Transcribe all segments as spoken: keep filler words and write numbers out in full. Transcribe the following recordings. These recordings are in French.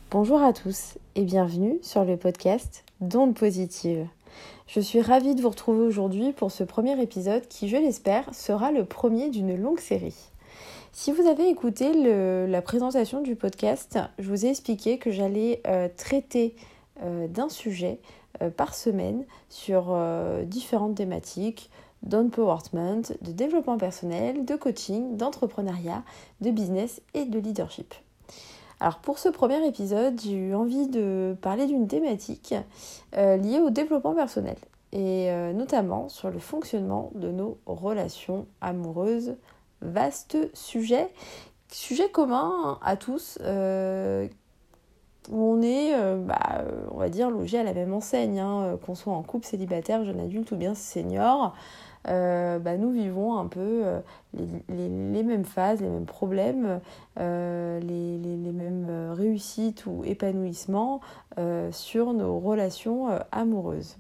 Bonjour à tous et bienvenue sur le podcast d'Ondes Positives. Je suis ravie de vous retrouver aujourd'hui pour ce premier épisode qui, je l'espère, sera le premier d'une longue série. Si vous avez écouté le, la présentation du podcast, je vous ai expliqué que j'allais euh, traiter euh, d'un sujet euh, par semaine sur euh, différentes thématiques d'empowerment, de développement personnel, de coaching, d'entrepreneuriat, de business et de leadership. Alors pour ce premier épisode, j'ai eu envie de parler d'une thématique euh, liée au développement personnel et euh, notamment sur le fonctionnement de nos relations amoureuses. Vaste sujet, sujet commun à tous, euh, où on est, euh, bah, on va dire, logé à la même enseigne, hein, qu'on soit en couple, célibataire, jeune adulte ou bien senior. Euh, bah, nous vivons un peu euh, les, les, les mêmes phases, les mêmes problèmes, euh, les, les, les mêmes réussites ou épanouissements euh, sur nos relations euh, amoureuses.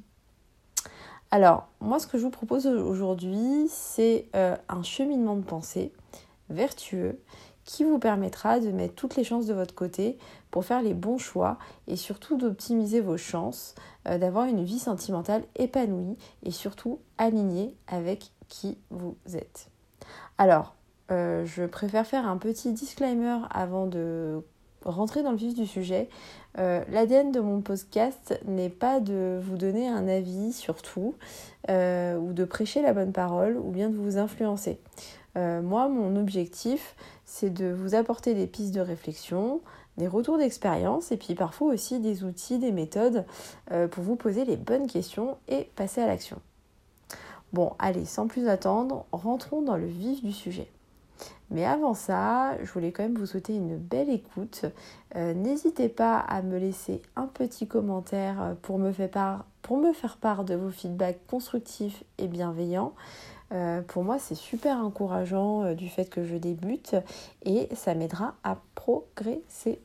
Alors, moi, ce que je vous propose aujourd'hui, c'est euh, un cheminement de pensée vertueux qui vous permettra de mettre toutes les chances de votre côté pour faire les bons choix et surtout d'optimiser vos chances euh, d'avoir une vie sentimentale épanouie et surtout alignée avec qui vous êtes. Alors, euh, je préfère faire un petit disclaimer avant de rentrer dans le vif du sujet. Euh, L'A D N de mon podcast n'est pas de vous donner un avis sur tout euh, ou de prêcher la bonne parole ou bien de vous influencer. Euh, moi, mon objectif, c'est de vous apporter des pistes de réflexion, des retours d'expérience et puis parfois aussi des outils, des méthodes euh, pour vous poser les bonnes questions et passer à l'action. Bon, allez, sans plus attendre, rentrons dans le vif du sujet. Mais avant ça, je voulais quand même vous souhaiter une belle écoute. Euh, n'hésitez pas à me laisser un petit commentaire pour me faire part, pour me faire part de vos feedbacks constructifs et bienveillants. Euh, pour moi, c'est super encourageant euh, du fait que je débute et ça m'aidera à progresser.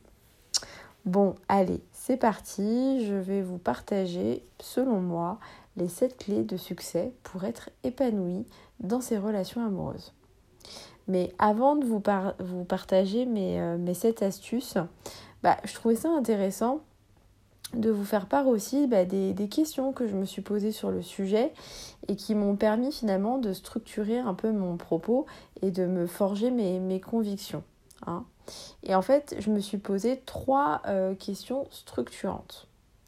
Bon, allez, c'est parti. Je vais vous partager, selon moi, les sept clés de succès pour être épanoui dans ses relations amoureuses. Mais avant de vous, par- vous partager mes, euh, mes sept astuces, bah, je trouvais ça intéressant de vous faire part aussi bah, des, des questions que je me suis posées sur le sujet et qui m'ont permis finalement de structurer un peu mon propos et de me forger mes, mes convictions. Hein. Et en fait, je me suis posé trois euh, questions structurantes.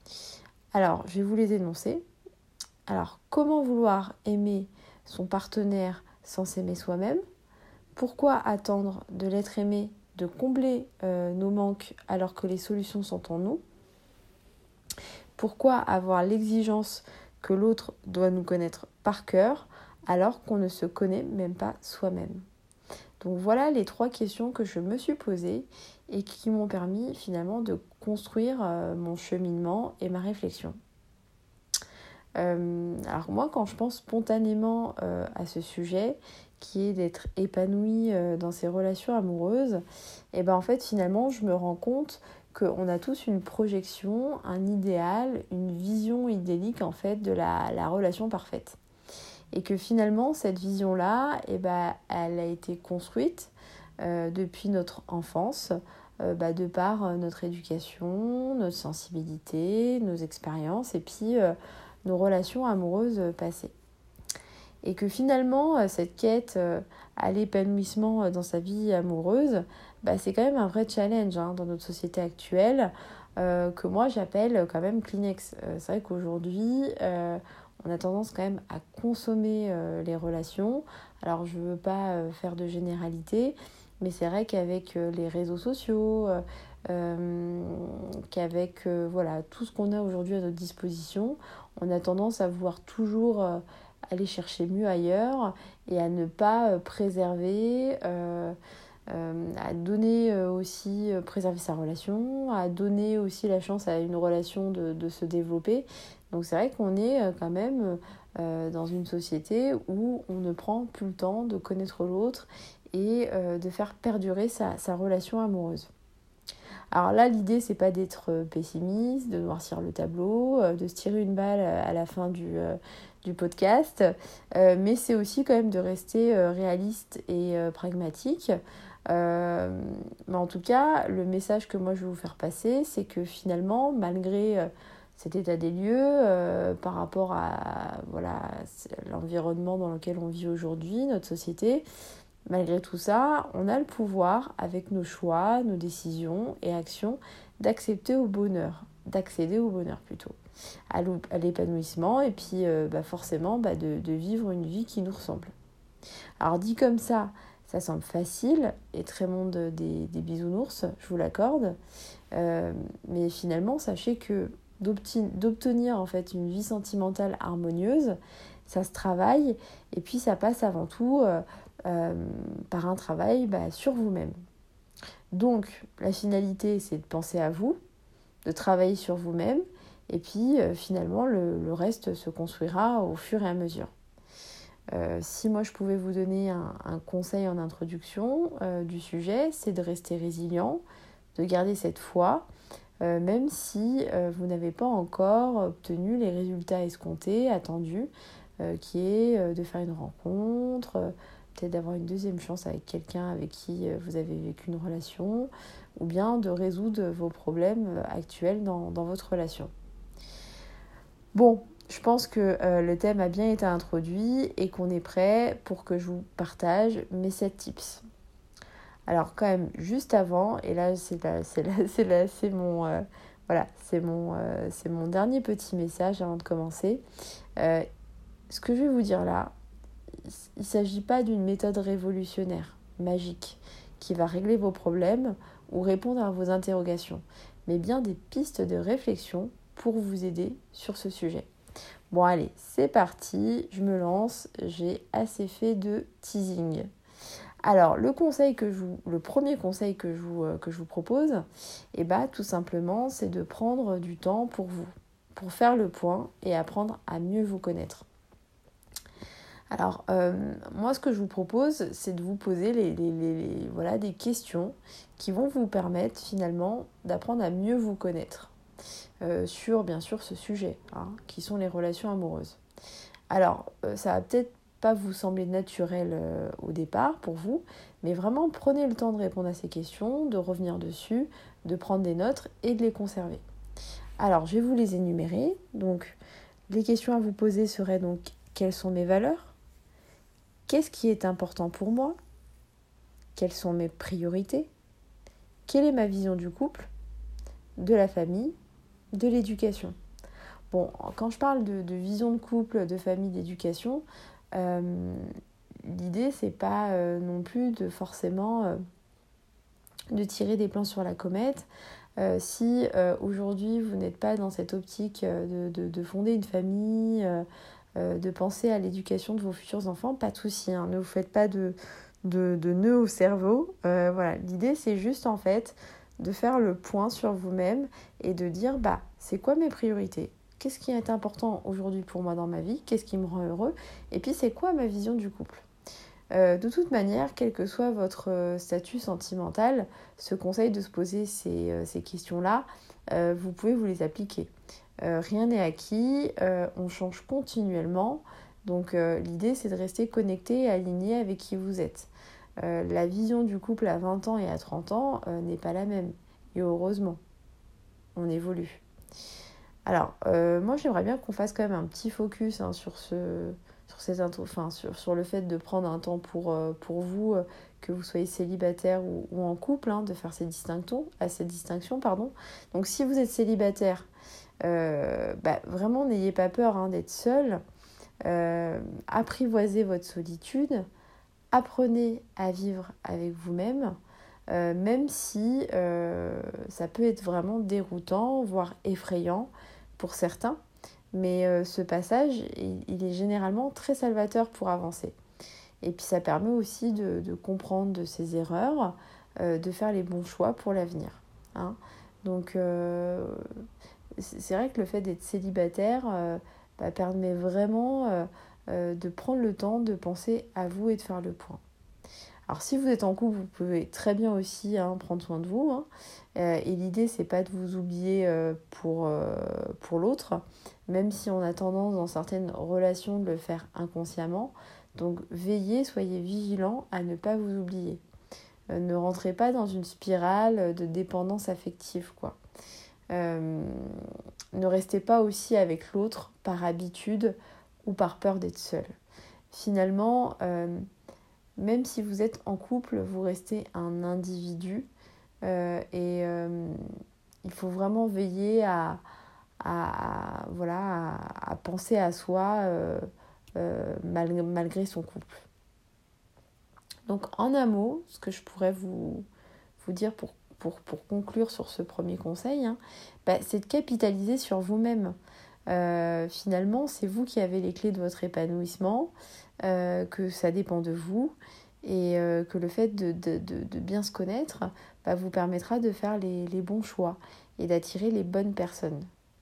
Alors, je vais vous les énoncer. Alors, comment vouloir aimer son partenaire sans s'aimer soi-même ? Pourquoi attendre de l'être aimé, de combler euh, nos manques alors que les solutions sont en nous ? Pourquoi avoir l'exigence que l'autre doit nous connaître par cœur alors qu'on ne se connaît même pas soi-même ? Donc voilà les trois questions que je me suis posées et qui m'ont permis finalement de construire euh, mon cheminement et ma réflexion. Euh, alors moi, quand je pense spontanément euh, à ce sujet, qui est d'être épanouie euh, dans ses relations amoureuses, et ben en fait finalement je me rends compte qu'on a tous une projection, un idéal, une vision idyllique en fait de la, la relation parfaite. Et que finalement cette vision-là, eh ben, elle a été construite euh, depuis notre enfance, euh, bah, de par euh, notre éducation, notre sensibilité, nos expériences et puis euh, nos relations amoureuses passées. Et que finalement, euh, cette quête euh, à l'épanouissement dans sa vie amoureuse, bah, c'est quand même un vrai challenge hein, dans notre société actuelle, euh, que moi j'appelle quand même Kleenex. Euh, c'est vrai qu'aujourd'hui, euh, on a tendance quand même à consommer euh, les relations. Alors je ne veux pas euh, faire de généralité, mais c'est vrai qu'avec euh, les réseaux sociaux, euh, euh, qu'avec euh, voilà, tout ce qu'on a aujourd'hui à notre disposition, on a tendance à vouloir toujours euh, aller chercher mieux ailleurs et à ne pas euh, préserver, euh, euh, à donner euh, aussi, euh, préserver sa relation, à donner aussi la chance à une relation de, de se développer. Donc c'est vrai qu'on est euh, quand même euh, dans une société où on ne prend plus le temps de connaître l'autre et euh, de faire perdurer sa, sa relation amoureuse. Alors là, l'idée, c'est pas d'être pessimiste, de noircir le tableau, de se tirer une balle à la fin du, euh, du podcast, euh, mais c'est aussi quand même de rester euh, réaliste et euh, pragmatique, Euh, mais en tout cas, le message que moi je vais vous faire passer, c'est que finalement, malgré euh, cet état des lieux, euh, par rapport à voilà, l'environnement dans lequel on vit aujourd'hui, notre société, malgré tout ça, on a le pouvoir, avec nos choix, nos décisions et actions, d'accepter au bonheur, d'accéder au bonheur plutôt, à l'épanouissement et puis euh, bah forcément bah de, de vivre une vie qui nous ressemble. Alors dit comme ça, ça semble facile et très monde des, des bisounours, je vous l'accorde, euh, mais finalement sachez que d'obtenir en fait une vie sentimentale harmonieuse, ça se travaille et puis ça passe avant tout euh, euh, par un travail bah, sur vous-même. Donc la finalité, c'est de penser à vous, de travailler sur vous-même et puis euh, finalement le, le reste se construira au fur et à mesure. Euh, si moi je pouvais vous donner un, un conseil en introduction euh, du sujet, c'est de rester résilient, de garder cette foi, euh, même si euh, vous n'avez pas encore obtenu les résultats escomptés, attendus, euh, qui est euh, de faire une rencontre, euh, peut-être d'avoir une deuxième chance avec quelqu'un avec qui euh, vous avez vécu une relation, ou bien de résoudre vos problèmes actuels dans, dans votre relation. Bon, je pense que euh, le thème a bien été introduit et qu'on est prêt pour que je vous partage mes sept tips. Alors quand même, juste avant, et là c'est, la, c'est, la, c'est, la, c'est, mon, euh, voilà, c'est, mon, euh, c'est mon dernier petit message avant de commencer. Euh, ce que je vais vous dire là, il ne s'agit pas d'une méthode révolutionnaire, magique, qui va régler vos problèmes ou répondre à vos interrogations, mais bien des pistes de réflexion pour vous aider sur ce sujet. Bon allez, c'est parti, je me lance, j'ai assez fait de teasing. Alors le conseil que je vous, le premier conseil que je vous, que je vous propose, eh ben, tout simplement, c'est de prendre du temps pour vous, pour faire le point et apprendre à mieux vous connaître. Alors, euh, moi, ce que je vous propose, c'est de vous poser les, les, les, les, voilà, des questions qui vont vous permettre finalement d'apprendre à mieux vous connaître euh, sur, bien sûr, ce sujet, hein, qui sont les relations amoureuses. Alors, euh, ça va peut-être pas vous sembler naturel euh, au départ pour vous, mais vraiment prenez le temps de répondre à ces questions, de revenir dessus, de prendre des notes et de les conserver. Alors, je vais vous les énumérer. Donc, les questions à vous poser seraient donc, quelles sont mes valeurs ? Qu'est-ce qui est important pour moi ? Quelles sont mes priorités ? Quelle est ma vision du couple, de la famille, de l'éducation ? Bon, quand je parle de, de vision de couple, de famille, d'éducation, euh, l'idée, c'est pas euh, non plus de forcément euh, de tirer des plans sur la comète. Euh, si euh, aujourd'hui, vous n'êtes pas dans cette optique de, de, de fonder une famille, euh, euh, de penser à l'éducation de vos futurs enfants, pas de souci, hein, ne vous faites pas de, de, de nœuds au cerveau. Euh, voilà, l'idée, c'est juste en fait de faire le point sur vous-même et de dire, bah, c'est quoi mes priorités ? Qu'est-ce qui est important aujourd'hui pour moi dans ma vie ? Qu'est-ce qui me rend heureux ? Et puis, c'est quoi ma vision du couple ? Euh, de toute manière, quel que soit votre statut sentimental, ce conseil de se poser ces, euh, ces questions-là, euh, vous pouvez vous les appliquer. Euh, rien n'est acquis, euh, on change continuellement, donc euh, l'idée c'est de rester connecté et aligné avec qui vous êtes. Euh, la vision du couple à vingt ans et à trente ans euh, n'est pas la même, et heureusement, on évolue. Alors, euh, moi j'aimerais bien qu'on fasse quand même un petit focus hein, sur ce... Sur, ces intro... enfin, sur, sur le fait de prendre un temps pour, euh, pour vous, euh, que vous soyez célibataire ou, ou en couple, hein, de faire ces distinctions, à ces distinctions. Pardon. Donc si vous êtes célibataire, euh, bah, vraiment n'ayez pas peur hein, d'être seul, euh, apprivoisez votre solitude, apprenez à vivre avec vous-même, euh, même si euh, ça peut être vraiment déroutant, voire effrayant pour certains. Mais euh, ce passage, il, il est généralement très salvateur pour avancer. Et puis ça permet aussi de, de comprendre de ses erreurs, euh, de faire les bons choix pour l'avenir. Hein. Donc euh, c'est vrai que le fait d'être célibataire euh, bah, permet vraiment euh, euh, de prendre le temps de penser à vous et de faire le point. Alors si vous êtes en couple, vous pouvez très bien aussi hein, prendre soin de vous. Hein. Euh, et l'idée, c'est pas de vous oublier euh, pour, euh, pour l'autre, même si on a tendance dans certaines relations de le faire inconsciemment. Donc veillez, soyez vigilants à ne pas vous oublier. Euh, ne rentrez pas dans une spirale de dépendance affective, quoi. Euh, ne restez pas aussi avec l'autre par habitude ou par peur d'être seul. Finalement, euh, même si vous êtes en couple, vous restez un individu euh, et euh, il faut vraiment veiller à, à, à, voilà, à, à penser à soi euh, euh, mal, malgré son couple. Donc en un mot, ce que je pourrais vous, vous dire pour, pour, pour conclure sur ce premier conseil, hein, bah, c'est de capitaliser sur vous-même. Euh, finalement, c'est vous qui avez les clés de votre épanouissement, euh, que ça dépend de vous et euh, que le fait de, de, de, de bien se connaître bah, vous permettra de faire les, les bons choix et d'attirer les bonnes personnes.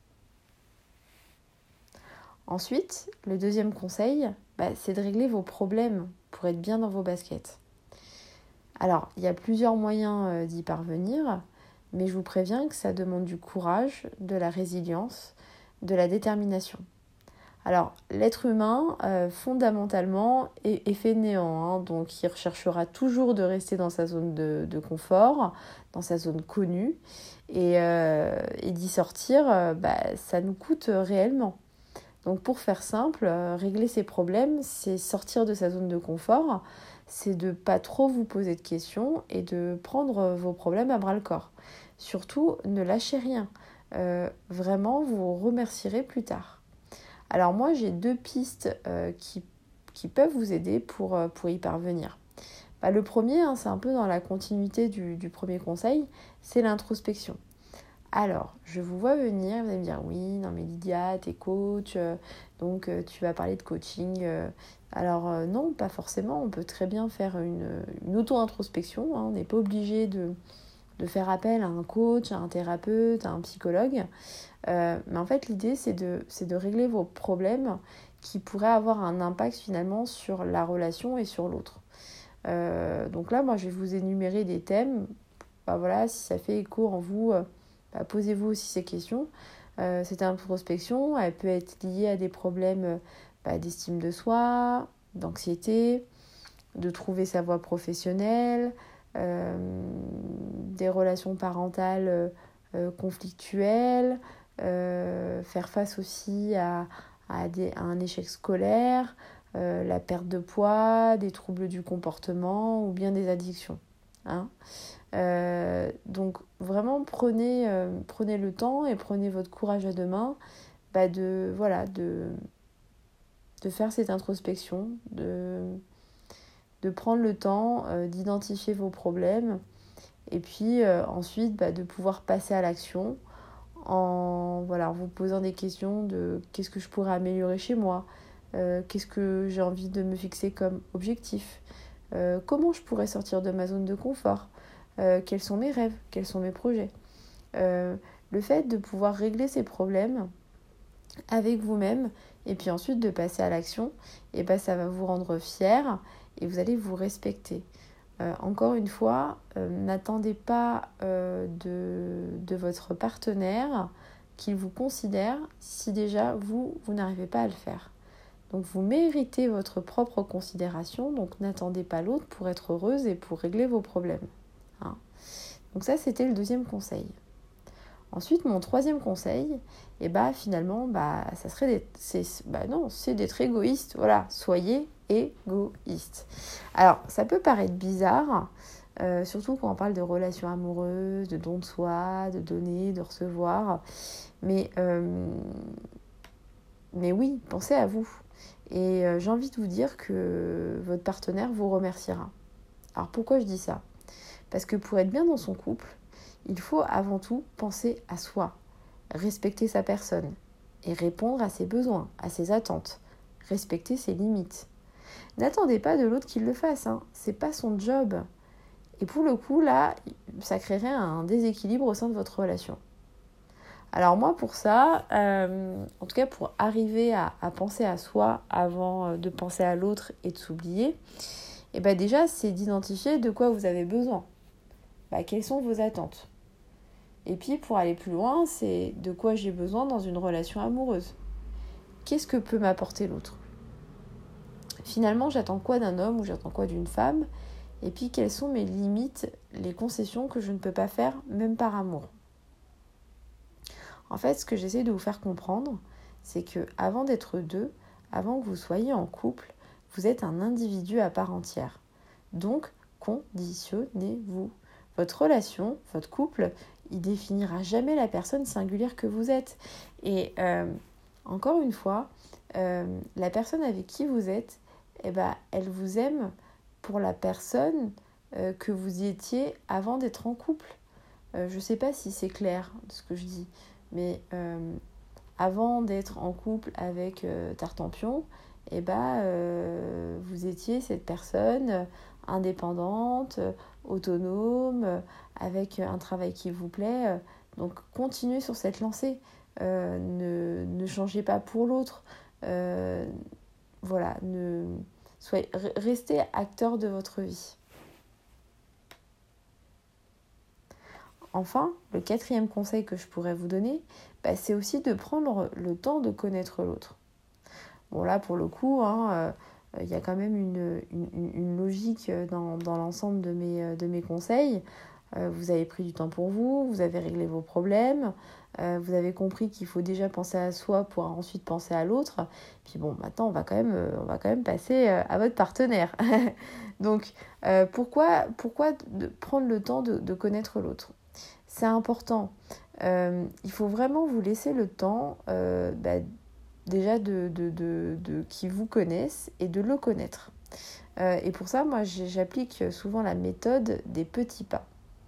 Ensuite, le deuxième conseil, bah, c'est de régler vos problèmes pour être bien dans vos baskets. Alors, il y a plusieurs moyens euh, d'y parvenir, mais je vous préviens que ça demande du courage, de la résilience, de la détermination. Alors, l'être humain, euh, fondamentalement, est, est fainéant, hein, donc il recherchera toujours de rester dans sa zone de, de confort, dans sa zone connue, et, euh, et d'y sortir, euh, bah, ça nous coûte réellement. Donc pour faire simple, euh, régler ses problèmes, c'est sortir de sa zone de confort, c'est de ne pas trop vous poser de questions et de prendre vos problèmes à bras-le-corps. Surtout, ne lâchez rien. Euh, vraiment, vous remercierez plus tard. Alors moi, j'ai deux pistes euh, qui, qui peuvent vous aider pour, euh, pour y parvenir. Bah, le premier, hein, c'est un peu dans la continuité du, du premier conseil, c'est l'introspection. Alors, je vous vois venir, vous allez me dire, oui, non mais Lydia, t'es coach, euh, donc euh, tu vas parler de coaching. Euh. Alors euh, non, pas forcément, on peut très bien faire une, une auto-introspection, hein, on n'est pas obligé de, de faire appel à un coach, à un thérapeute, à un psychologue. Euh, mais en fait, l'idée, c'est de, c'est de régler vos problèmes qui pourraient avoir un impact finalement sur la relation et sur l'autre. Euh, donc là, moi, je vais vous énumérer des thèmes. Bah, voilà, si ça fait écho en vous, euh, bah, posez-vous aussi ces questions. Euh, cette introspection, elle peut être liée à des problèmes bah, d'estime de soi, d'anxiété, de trouver sa voie professionnelle, euh, des relations parentales euh, conflictuelles, Euh, faire face aussi à, à, des, à un échec scolaire, euh, la perte de poids, des troubles du comportement ou bien des addictions. Hein. Euh, donc vraiment prenez, euh, prenez le temps et prenez votre courage à deux mains bah de, voilà, de, de faire cette introspection, de, de prendre le temps euh, d'identifier vos problèmes et puis euh, ensuite bah, de pouvoir passer à l'action en voilà, en vous posant des questions de qu'est-ce que je pourrais améliorer chez moi, euh, qu'est-ce que j'ai envie de me fixer comme objectif, euh, comment je pourrais sortir de ma zone de confort, euh, quels sont mes rêves, quels sont mes projets. Euh, le fait de pouvoir régler ces problèmes avec vous-même et puis ensuite de passer à l'action, et ben ça va vous rendre fier et vous allez vous respecter. Euh, encore une fois, euh, n'attendez pas euh, de, de votre partenaire qu'il vous considère si déjà vous, vous n'arrivez pas à le faire. Donc vous méritez votre propre considération, donc n'attendez pas l'autre pour être heureuse et pour régler vos problèmes. Hein. Donc ça, c'était le deuxième conseil. Ensuite, mon troisième conseil, et bah finalement, bah ça serait d'être, c'est, bah non, c'est d'être égoïste. Voilà, soyez égoïste. Alors, ça peut paraître bizarre, euh, surtout quand on parle de relations amoureuses, de don de soi, de donner, de recevoir. Mais, euh, mais oui, pensez à vous. Et euh, j'ai envie de vous dire que votre partenaire vous remerciera. Alors pourquoi je dis ça ? Parce que pour être bien dans son couple, il faut avant tout penser à soi, respecter sa personne et répondre à ses besoins, à ses attentes, respecter ses limites. N'attendez pas de l'autre qu'il le fasse, hein. C'est pas son job. Et pour le coup, là, ça créerait un déséquilibre au sein de votre relation. Alors moi, pour ça, euh, en tout cas pour arriver à, à penser à soi avant de penser à l'autre et de s'oublier, et ben déjà, c'est d'identifier de quoi vous avez besoin. Bah, quelles sont vos attentes ? Et puis, pour aller plus loin, c'est de quoi j'ai besoin dans une relation amoureuse. Qu'est-ce que peut m'apporter l'autre ? Finalement, j'attends quoi d'un homme ou j'attends quoi d'une femme ? Et puis, quelles sont mes limites, les concessions que je ne peux pas faire, même par amour. En fait, ce que j'essaie de vous faire comprendre, c'est que avant d'être deux, avant que vous soyez en couple, vous êtes un individu à part entière. Donc, conditionnez-vous. Votre relation, votre couple, il définira jamais la personne singulière que vous êtes. Et euh, encore une fois, euh, la personne avec qui vous êtes, eh ben, elle vous aime pour la personne euh, que vous y étiez avant d'être en couple. Euh, je ne sais pas si c'est clair ce que je dis, mais euh, avant d'être en couple avec euh, Tartampion, eh ben, euh, vous étiez cette personne indépendante, autonome, avec un travail qui vous plaît. Donc continuez sur cette lancée. Euh, ne, ne changez pas pour l'autre. Euh, voilà, ne, soyez, restez acteur de votre vie. Enfin, le quatrième conseil que je pourrais vous donner, bah, c'est aussi de prendre le temps de connaître l'autre. Bon là, pour le coup, hein, euh, il y a quand même une, une, une logique dans, dans l'ensemble de mes, de mes conseils. Euh, vous avez pris du temps pour vous, vous avez réglé vos problèmes, euh, vous avez compris qu'il faut déjà penser à soi pour ensuite penser à l'autre. Puis bon, maintenant, on va quand même, on va quand même passer à votre partenaire. Donc, euh, pourquoi, pourquoi de prendre le temps de, de connaître l'autre ? C'est important. Euh, il faut vraiment vous laisser le temps euh, bah, déjà de, de, de, de qui vous connaissent et de le connaître. Euh, et pour ça, moi, j'applique souvent la méthode des petits pas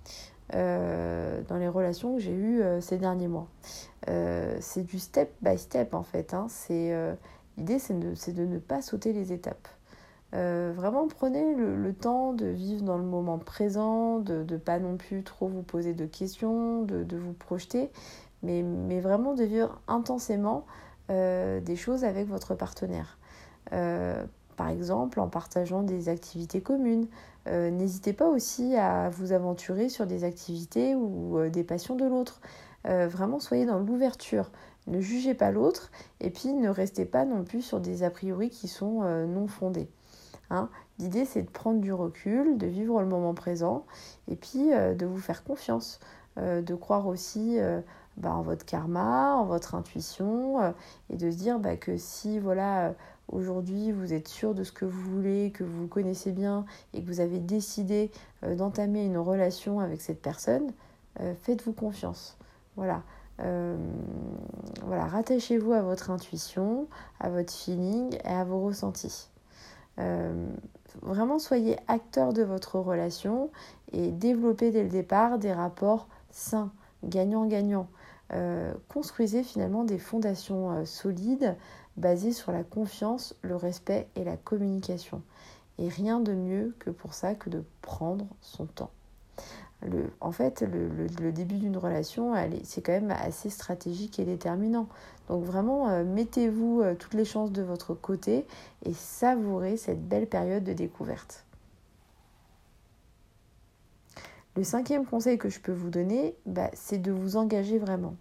euh, dans les relations que j'ai eues euh, ces derniers mois. Euh, c'est du step by step, en fait. Hein. C'est, euh, l'idée, c'est de, c'est de ne pas sauter les étapes. Euh, vraiment, prenez le, le temps de vivre dans le moment présent, de ne pas non plus trop vous poser de questions, de, de vous projeter, mais, mais vraiment de vivre intensément euh, des choses avec votre partenaire. Euh, par exemple, en partageant des activités communes. Euh, n'hésitez pas aussi à vous aventurer sur des activités ou euh, des passions de l'autre. Euh, vraiment, soyez dans l'ouverture. Ne jugez pas l'autre et puis ne restez pas non plus sur des a priori qui sont euh, non fondés. Hein, l'idée, c'est de prendre du recul, de vivre le moment présent et puis euh, de vous faire confiance, euh, de croire aussi euh, bah, en votre karma, en votre intuition euh, et de se dire bah, que si voilà, euh, aujourd'hui vous êtes sûr de ce que vous voulez, que vous vous connaissez bien et que vous avez décidé euh, d'entamer une relation avec cette personne, euh, faites-vous confiance. Voilà. Euh, voilà, rattachez-vous à votre intuition, à votre feeling et à vos ressentis. Euh, vraiment soyez acteur de votre relation et développez dès le départ des rapports sains, gagnant-gagnant. Euh, construisez finalement des fondations euh, solides basées sur la confiance, le respect et la communication. Et rien de mieux que pour ça que de prendre son temps. Le, en fait, le, le, le début d'une relation, elle est, c'est quand même assez stratégique et déterminant. Donc vraiment, euh, mettez-vous euh, toutes les chances de votre côté et savourez cette belle période de découverte. Le cinquième conseil que je peux vous donner, bah, c'est de vous engager vraiment.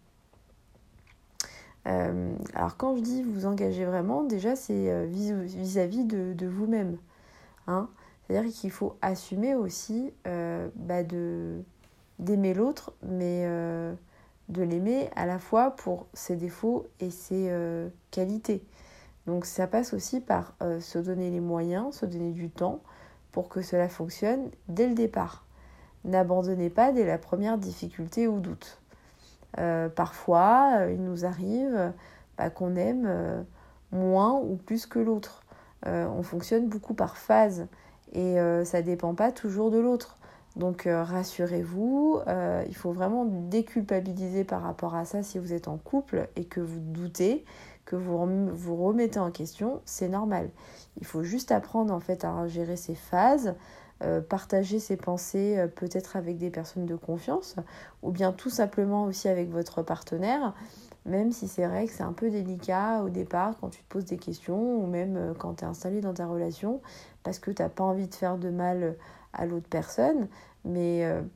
Euh, alors quand je dis vous engager vraiment, déjà c'est euh, vis-à-vis de, de vous-même. Hein. C'est-à-dire qu'il faut assumer aussi euh, bah de, d'aimer l'autre, mais euh, de l'aimer à la fois pour ses défauts et ses euh, qualités. Donc ça passe aussi par euh, se donner les moyens, se donner du temps pour que cela fonctionne dès le départ. N'abandonnez pas dès la première difficulté ou doute. Euh, parfois, euh, il nous arrive bah, qu'on aime euh, moins ou plus que l'autre. Euh, on fonctionne beaucoup par phase et euh, ça ne dépend pas toujours de l'autre. Donc euh, rassurez-vous, euh, il faut vraiment déculpabiliser par rapport à ça si vous êtes en couple et que vous doutez, que vous rem- vous remettez en question, c'est normal. Il faut juste apprendre en fait à gérer ces phases, euh, partager ses pensées euh, peut-être avec des personnes de confiance ou bien tout simplement aussi avec votre partenaire. Même si c'est vrai que c'est un peu délicat au départ quand tu te poses des questions ou même quand tu es installé dans ta relation parce que tu n'as pas envie de faire de mal à l'autre personne. Mais euh,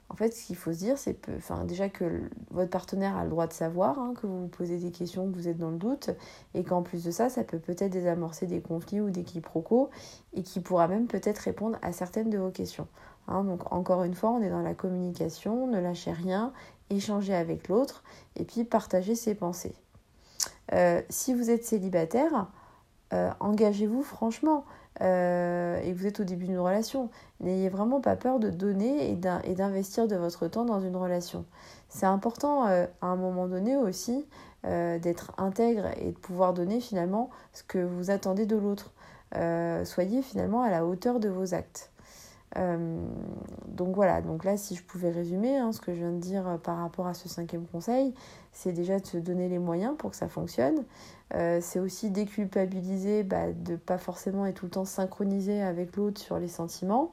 En fait, ce qu'il faut se dire, c'est peu, enfin, déjà que le, votre partenaire a le droit de savoir hein, que vous vous posez des questions, que vous êtes dans le doute, et qu'en plus de ça, ça peut peut-être désamorcer des conflits ou des quiproquos, et qui pourra même peut-être répondre à certaines de vos questions. Hein, donc encore une fois, on est dans la communication, ne lâchez rien, échangez avec l'autre, et puis partagez ses pensées. Euh, si vous êtes célibataire, euh, engagez-vous franchement. Euh, et que vous êtes au début d'une relation, n'ayez vraiment pas peur de donner et, d'in- et d'investir de votre temps dans une relation. C'est important euh, à un moment donné aussi euh, d'être intègre et de pouvoir donner finalement ce que vous attendez de l'autre. Euh, soyez finalement à la hauteur de vos actes. Euh, donc voilà, donc là si je pouvais résumer hein, ce que je viens de dire euh, par rapport à ce cinquième conseil, c'est déjà de se donner les moyens pour que ça fonctionne. Euh, c'est aussi déculpabiliser bah, de ne pas forcément être tout le temps synchronisé avec l'autre sur les sentiments.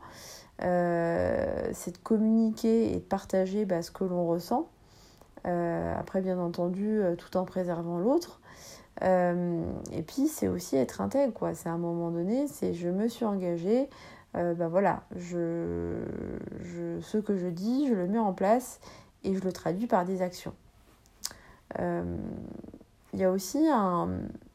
Euh, c'est de communiquer et de partager bah, ce que l'on ressent. Euh, après bien entendu euh, tout en préservant l'autre. Euh, et puis c'est aussi être intègre, quoi. C'est à un moment donné, c'est je me suis engagée, euh, ben voilà, je, je, ce que je dis, je le mets en place et je le traduis par des actions. Euh, il y a aussi un,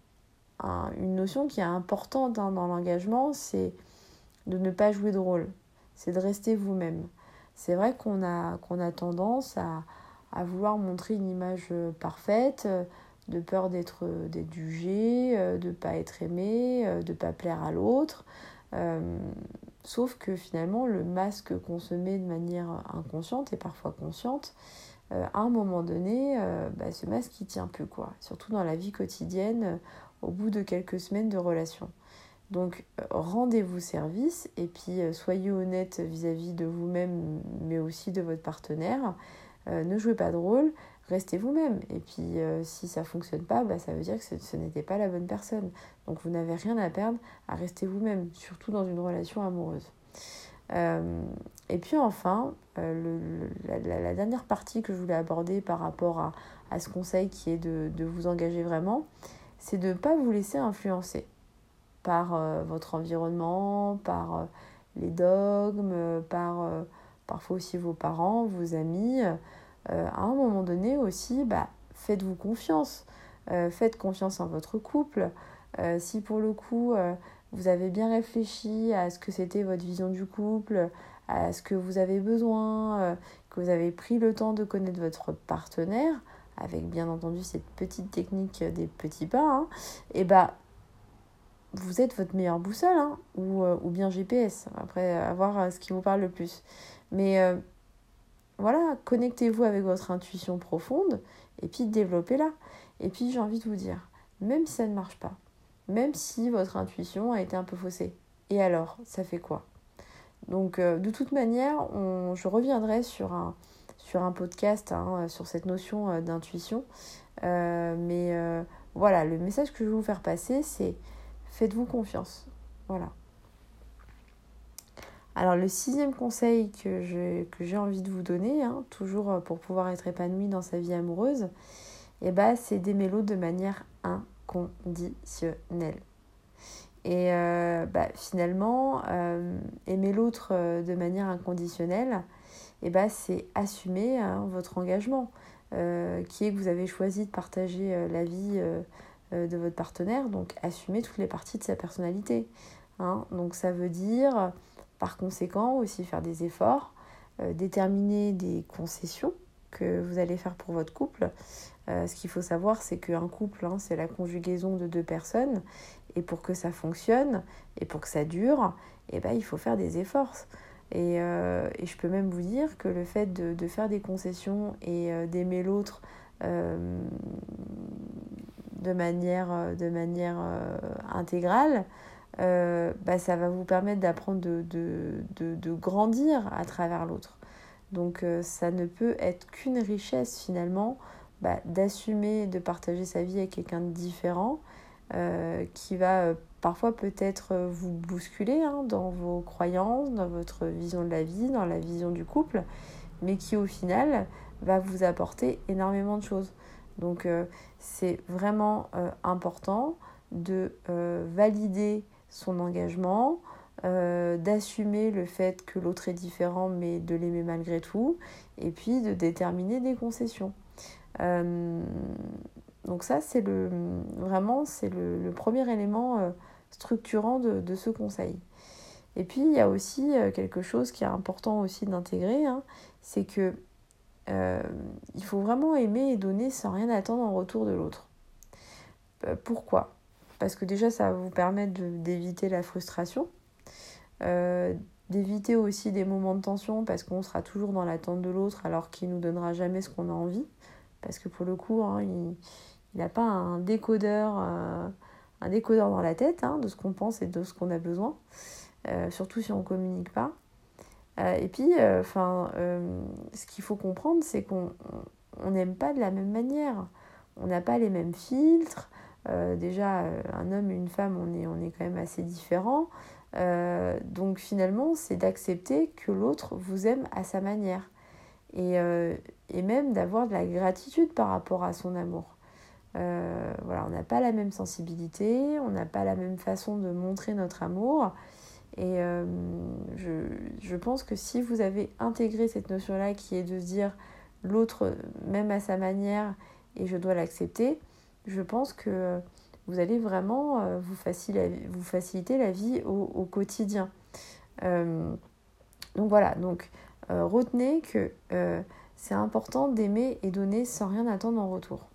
un, une notion qui est importante hein, dans l'engagement, c'est de ne pas jouer de rôle, c'est de rester vous-même. C'est vrai qu'on a, qu'on a tendance à, à vouloir montrer une image parfaite, de peur d'être, d'être jugé, de ne pas être aimé, de ne pas plaire à l'autre. Euh, sauf que finalement, le masque qu'on se met de manière inconsciente et parfois consciente, euh, à un moment donné, euh, bah, ce masque, il ne tient plus, quoi. Surtout dans la vie quotidienne, euh, au bout de quelques semaines de relation. Donc, euh, rendez-vous service et puis euh, soyez honnête vis-à-vis de vous-même, mais aussi de votre partenaire. Euh, ne jouez pas de rôle, restez vous-même. Et puis, euh, si ça ne fonctionne pas, bah, ça veut dire que ce, ce n'était pas la bonne personne. Donc, vous n'avez rien à perdre à rester vous-même, surtout dans une relation amoureuse. Euh, et puis enfin, euh, le, le, la, la dernière partie que je voulais aborder par rapport à, à ce conseil qui est de, de vous engager vraiment, c'est de ne pas vous laisser influencer par euh, votre environnement, par euh, les dogmes, par euh, parfois aussi vos parents, vos amis. Euh, à un moment donné aussi, bah, faites-vous confiance. Euh, faites confiance en votre couple. Euh, si pour le coup, euh, vous avez bien réfléchi à ce que c'était votre vision du couple, à ce que vous avez besoin, euh, que vous avez pris le temps de connaître votre partenaire, avec bien entendu cette petite technique des petits pas, hein, et bah, vous êtes votre meilleure boussole, hein, ou, euh, ou bien G P S, après à voir euh, ce qui vous parle le plus. Mais euh, voilà, connectez-vous avec votre intuition profonde et puis développez-la. Et puis j'ai envie de vous dire, même si ça ne marche pas, même si votre intuition a été un peu faussée, et alors, ça fait quoi ? Donc euh, de toute manière, on, je reviendrai sur un, sur un podcast hein, sur cette notion euh, d'intuition. Euh, mais euh, voilà, le message que je veux vous faire passer, c'est faites-vous confiance. Voilà. Alors le sixième conseil que, je, que j'ai envie de vous donner, hein, toujours pour pouvoir être épanoui dans sa vie amoureuse, eh ben, c'est d'aimer l'autre de manière inconditionnelle. Et euh, bah, finalement, euh, aimer l'autre euh, de manière inconditionnelle, eh ben, c'est assumer hein, votre engagement, euh, qui est que vous avez choisi de partager euh, la vie euh, euh, de votre partenaire, donc assumer toutes les parties de sa personnalité. Hein. Donc ça veut dire, par conséquent, aussi faire des efforts, euh, déterminer des concessions que vous allez faire pour votre couple. Euh, ce qu'il faut savoir, c'est qu'un couple, hein, c'est la conjugaison de deux personnes. Et pour que ça fonctionne, et pour que ça dure, eh ben, il faut faire des efforts. Et, euh, et je peux même vous dire que le fait de, de faire des concessions et euh, d'aimer l'autre euh, de manière, de manière euh, intégrale, euh, bah, ça va vous permettre d'apprendre de, de, de, de grandir à travers l'autre. Donc euh, ça ne peut être qu'une richesse finalement bah, d'assumer, de partager sa vie avec quelqu'un de différent euh, qui va euh, parfois peut-être euh, vous bousculer hein, dans vos croyances, dans votre vision de la vie, dans la vision du couple, mais qui au final va vous apporter énormément de choses. Donc euh, c'est vraiment euh, important de euh, valider son engagement, euh, d'assumer le fait que l'autre est différent, mais de l'aimer malgré tout, et puis de déterminer des concessions. Euh, donc ça, c'est le, vraiment, c'est le, le premier élément euh, structurant de, de ce conseil. Et puis, il y a aussi euh, quelque chose qui est important aussi d'intégrer, hein, c'est que euh, il faut vraiment aimer et donner sans rien attendre en retour de l'autre. Euh, pourquoi ? Parce que déjà, ça va vous permettre de, d'éviter la frustration, euh, d'éviter aussi des moments de tension, parce qu'on sera toujours dans l'attente de l'autre, alors qu'il ne nous donnera jamais ce qu'on a envie. Parce que pour le coup, hein, il n'a pas un décodeur, euh, un décodeur dans la tête, hein, de ce qu'on pense et de ce qu'on a besoin, euh, surtout si on ne communique pas. Euh, et puis, euh, euh, ce qu'il faut comprendre, c'est qu'on n'aime pas de la même manière. On n'a pas les mêmes filtres. Euh, déjà, un homme et une femme, on est, on est quand même assez différents. Euh, donc finalement, c'est d'accepter que l'autre vous aime à sa manière. Et, euh, et même d'avoir de la gratitude par rapport à son amour. Euh, voilà, on n'a pas la même sensibilité, on n'a pas la même façon de montrer notre amour. Et euh, je, je pense que si vous avez intégré cette notion-là qui est de se dire l'autre même à sa manière et je dois l'accepter, je pense que vous allez vraiment euh, vous, faciliter, vous faciliter la vie au, au quotidien. Euh, donc voilà, donc euh, retenez que euh, c'est important d'aimer et donner sans rien attendre en retour.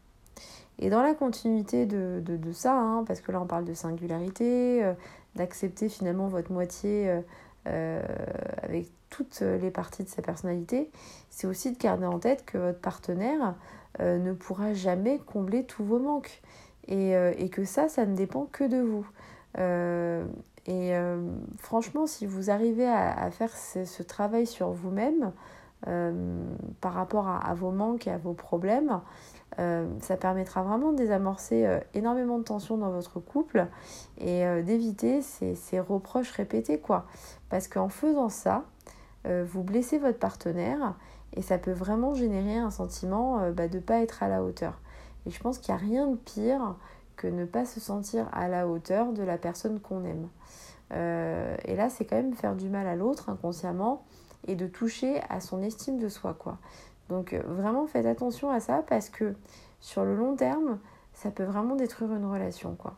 Et dans la continuité de, de, de ça, hein, parce que là on parle de singularité, euh, d'accepter finalement votre moitié euh, euh, avec toutes les parties de sa personnalité, c'est aussi de garder en tête que votre partenaire euh, ne pourra jamais combler tous vos manques. Et, euh, et que ça, ça ne dépend que de vous. Euh, et euh, franchement, si vous arrivez à, à faire ce, ce travail sur vous-même, euh, par rapport à, à vos manques et à vos problèmes, Euh, ça permettra vraiment de désamorcer euh, énormément de tensions dans votre couple et euh, d'éviter ces, ces reproches répétés, quoi. Parce qu'en faisant ça, euh, vous blessez votre partenaire et ça peut vraiment générer un sentiment euh, bah, de ne pas être à la hauteur. Et je pense qu'il n'y a rien de pire que ne pas se sentir à la hauteur de la personne qu'on aime. Euh, et là, c'est quand même faire du mal à l'autre inconsciemment et de toucher à son estime de soi, quoi. Donc vraiment faites attention à ça parce que sur le long terme, ça peut vraiment détruire une relation, quoi.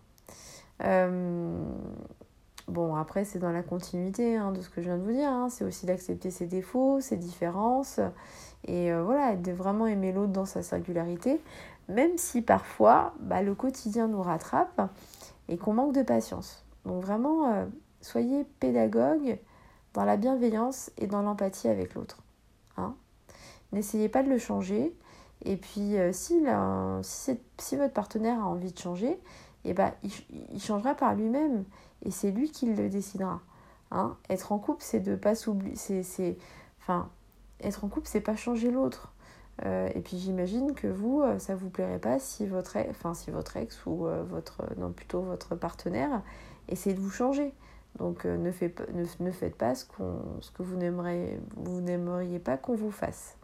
Euh, bon, après c'est dans la continuité hein, de ce que je viens de vous dire, hein. C'est aussi d'accepter ses défauts, ses différences et euh, voilà, de vraiment aimer l'autre dans sa singularité, même si parfois bah, le quotidien nous rattrape et qu'on manque de patience. Donc vraiment, euh, soyez pédagogue dans la bienveillance et dans l'empathie avec l'autre, hein. N'essayez pas de le changer. Et puis, euh, si, là, si, si votre partenaire a envie de changer, eh ben, il, il changera par lui-même. Et c'est lui qui le décidera. Hein. Être en couple, c'est de pas s'oublier. C'est, c'est, enfin, être en couple, c'est pas changer l'autre. Euh, et puis, j'imagine que vous, ça vous plairait pas si votre, enfin, si votre ex ou euh, votre, non, plutôt votre partenaire essaie de vous changer. Donc, euh, ne, fait, ne, ne faites pas ce, qu'on, ce que vous n'aimeriez, vous n'aimeriez pas qu'on vous fasse.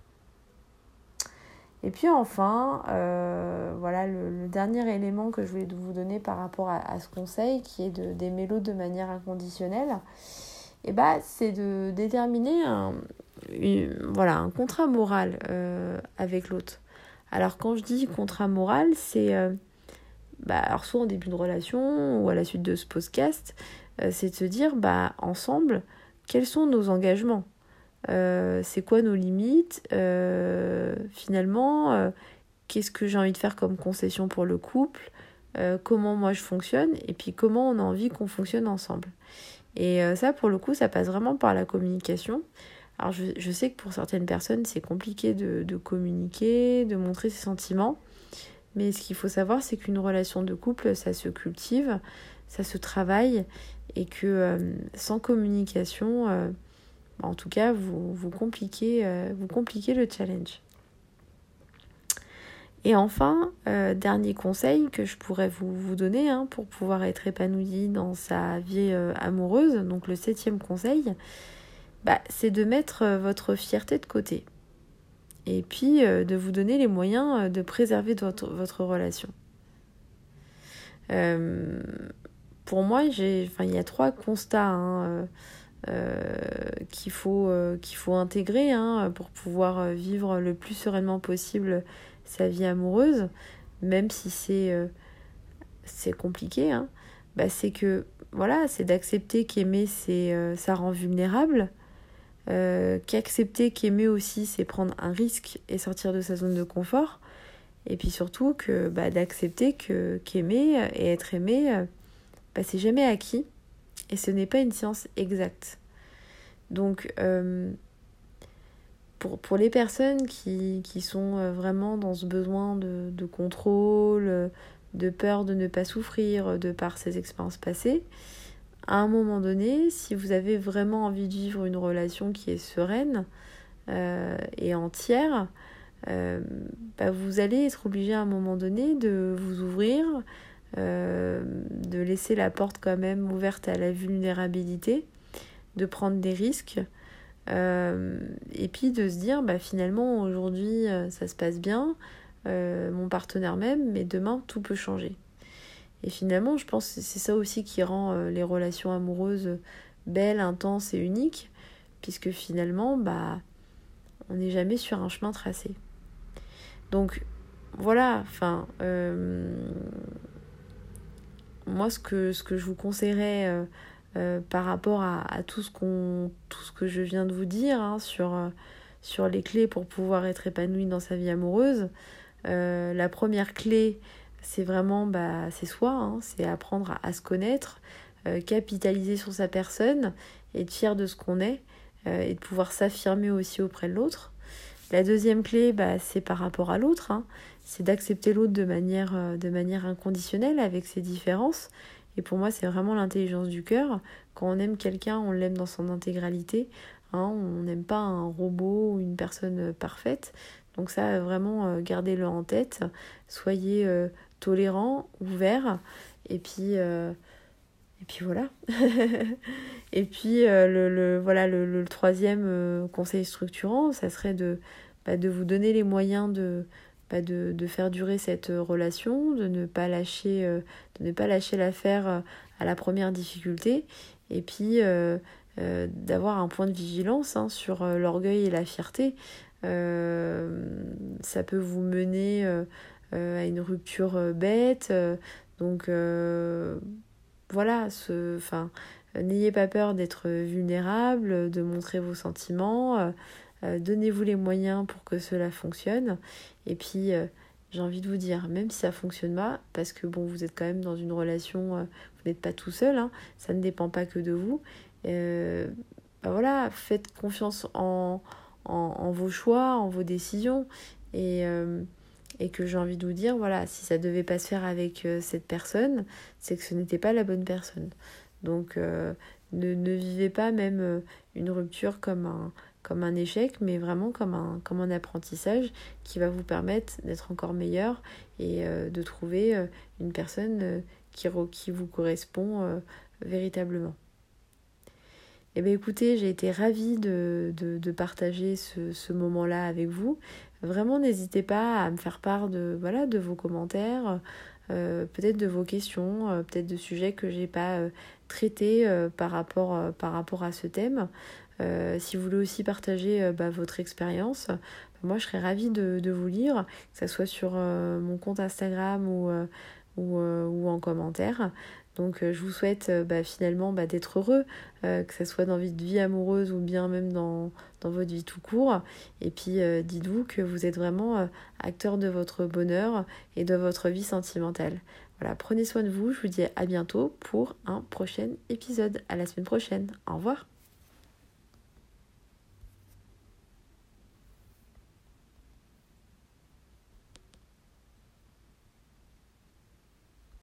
Et puis enfin, euh, voilà le, le dernier élément que je voulais vous donner par rapport à, à ce conseil qui est de, d'aimer l'autre de manière inconditionnelle, et bah, c'est de déterminer un, une, voilà, un contrat moral euh, avec l'autre. Alors quand je dis contrat moral, c'est euh, bah, alors soit en début de relation ou à la suite de ce podcast, euh, c'est de se dire bah, ensemble, quels sont nos engagements ? Euh, c'est quoi nos limites euh, finalement euh, qu'est-ce que j'ai envie de faire comme concession pour le couple, euh, comment moi je fonctionne et puis comment on a envie qu'on fonctionne ensemble. Et euh, ça pour le coup ça passe vraiment par la communication. Alors je, je sais que pour certaines personnes c'est compliqué de, de communiquer, de montrer ses sentiments, mais ce qu'il faut savoir c'est qu'une relation de couple ça se cultive, ça se travaille et que euh, sans communication euh, en tout cas, vous, vous, compliquez, euh, vous compliquez le challenge. Et enfin, euh, dernier conseil que je pourrais vous, vous donner hein, pour pouvoir être épanoui dans sa vie euh, amoureuse, donc le septième conseil, bah, c'est de mettre euh, votre fierté de côté. Et puis euh, de vous donner les moyens euh, de préserver votre, votre relation. Euh, pour moi, j'ai, enfin, il y a trois constats hein, euh, euh, qu'il faut, euh, qu'il faut intégrer hein, pour pouvoir vivre le plus sereinement possible sa vie amoureuse, même si c'est, euh, c'est compliqué. Hein, bah, c'est que, voilà, c'est d'accepter qu'aimer, c'est, euh, ça rend vulnérable, euh, qu'accepter qu'aimer aussi, c'est prendre un risque et sortir de sa zone de confort, et puis surtout que, bah, d'accepter que, qu'aimer et être aimé, euh, bah, c'est jamais acquis et ce n'est pas une science exacte. Donc, euh, pour, pour les personnes qui, qui sont vraiment dans ce besoin de, de contrôle, de peur de ne pas souffrir de par ces expériences passées, à un moment donné, si vous avez vraiment envie de vivre une relation qui est sereine euh, et entière, euh, bah, vous allez être obligé à un moment donné de vous ouvrir, Euh, de laisser la porte quand même ouverte à la vulnérabilité, de prendre des risques euh, et puis de se dire bah, finalement aujourd'hui euh, ça se passe bien, euh, mon partenaire m'aime, mais demain tout peut changer. Et finalement je pense que c'est ça aussi qui rend euh, les relations amoureuses belles, intenses et uniques, puisque finalement bah, on n'est jamais sur un chemin tracé. Donc voilà, enfin euh, moi, ce que, ce que je vous conseillerais euh, euh, par rapport à, à tout, ce qu'on, tout ce que je viens de vous dire hein, sur, euh, sur les clés pour pouvoir être épanoui dans sa vie amoureuse, euh, la première clé, c'est vraiment bah, c'est soi, hein, c'est apprendre à, à se connaître, euh, capitaliser sur sa personne, être fier de ce qu'on est euh, et de pouvoir s'affirmer aussi auprès de l'autre. La deuxième clé, bah, c'est par rapport à l'autre, hein. C'est d'accepter l'autre de manière, euh, de manière inconditionnelle avec ses différences. Et pour moi, c'est vraiment l'intelligence du cœur. Quand on aime quelqu'un, on l'aime dans son intégralité. Hein, on n'aime pas un robot ou une personne parfaite. Donc ça, vraiment, euh, gardez-le en tête. Soyez euh, tolérants, ouverts. Et puis, euh, et puis voilà. Et puis, euh, le, le, voilà, le, le troisième euh, conseil structurant, ça serait de, bah, de vous donner les moyens de, bah, de, de faire durer cette relation, de ne pas lâcher, euh, de ne pas lâcher l'affaire euh, à la première difficulté, et puis euh, euh, d'avoir un point de vigilance hein, sur euh, l'orgueil et la fierté. Euh, ça peut vous mener euh, euh, à une rupture euh, bête, euh, donc euh, voilà, ce, enfin, n'ayez pas peur d'être vulnérable, de montrer vos sentiments, euh, euh, donnez-vous les moyens pour que cela fonctionne. Et puis, euh, j'ai envie de vous dire, même si ça ne fonctionne pas, parce que bon, vous êtes quand même dans une relation, euh, vous n'êtes pas tout seul, hein, ça ne dépend pas que de vous. Euh, bah voilà, faites confiance en, en, en vos choix, en vos décisions. Et... Euh, et que j'ai envie de vous dire, voilà, si ça devait pas se faire avec euh, cette personne, c'est que ce n'était pas la bonne personne. Donc, euh, ne, ne vivez pas même euh, une rupture comme un, comme un échec, mais vraiment comme un, comme un apprentissage qui va vous permettre d'être encore meilleur et euh, de trouver euh, une personne euh, qui, qui vous correspond euh, véritablement. Eh bien écoutez, j'ai été ravie de, de, de partager ce, ce moment-là avec vous. Vraiment, n'hésitez pas à me faire part de, voilà, de vos commentaires, euh, peut-être de vos questions, euh, peut-être de sujets que je n'ai pas euh, traités euh, par, rapport, euh, par rapport à ce thème. Euh, si vous voulez aussi partager euh, bah, votre expérience, bah, moi je serais ravie de, de vous lire, que ce soit sur euh, mon compte Instagram ou, euh, ou, euh, ou en commentaire. Donc euh, je vous souhaite euh, bah, finalement bah, d'être heureux, euh, que ce soit dans votre vie amoureuse ou bien même dans, dans votre vie tout court. Et puis euh, dites-vous que vous êtes vraiment euh, acteur de votre bonheur et de votre vie sentimentale. Voilà, prenez soin de vous, je vous dis à bientôt pour un prochain épisode. À la semaine prochaine. Au revoir.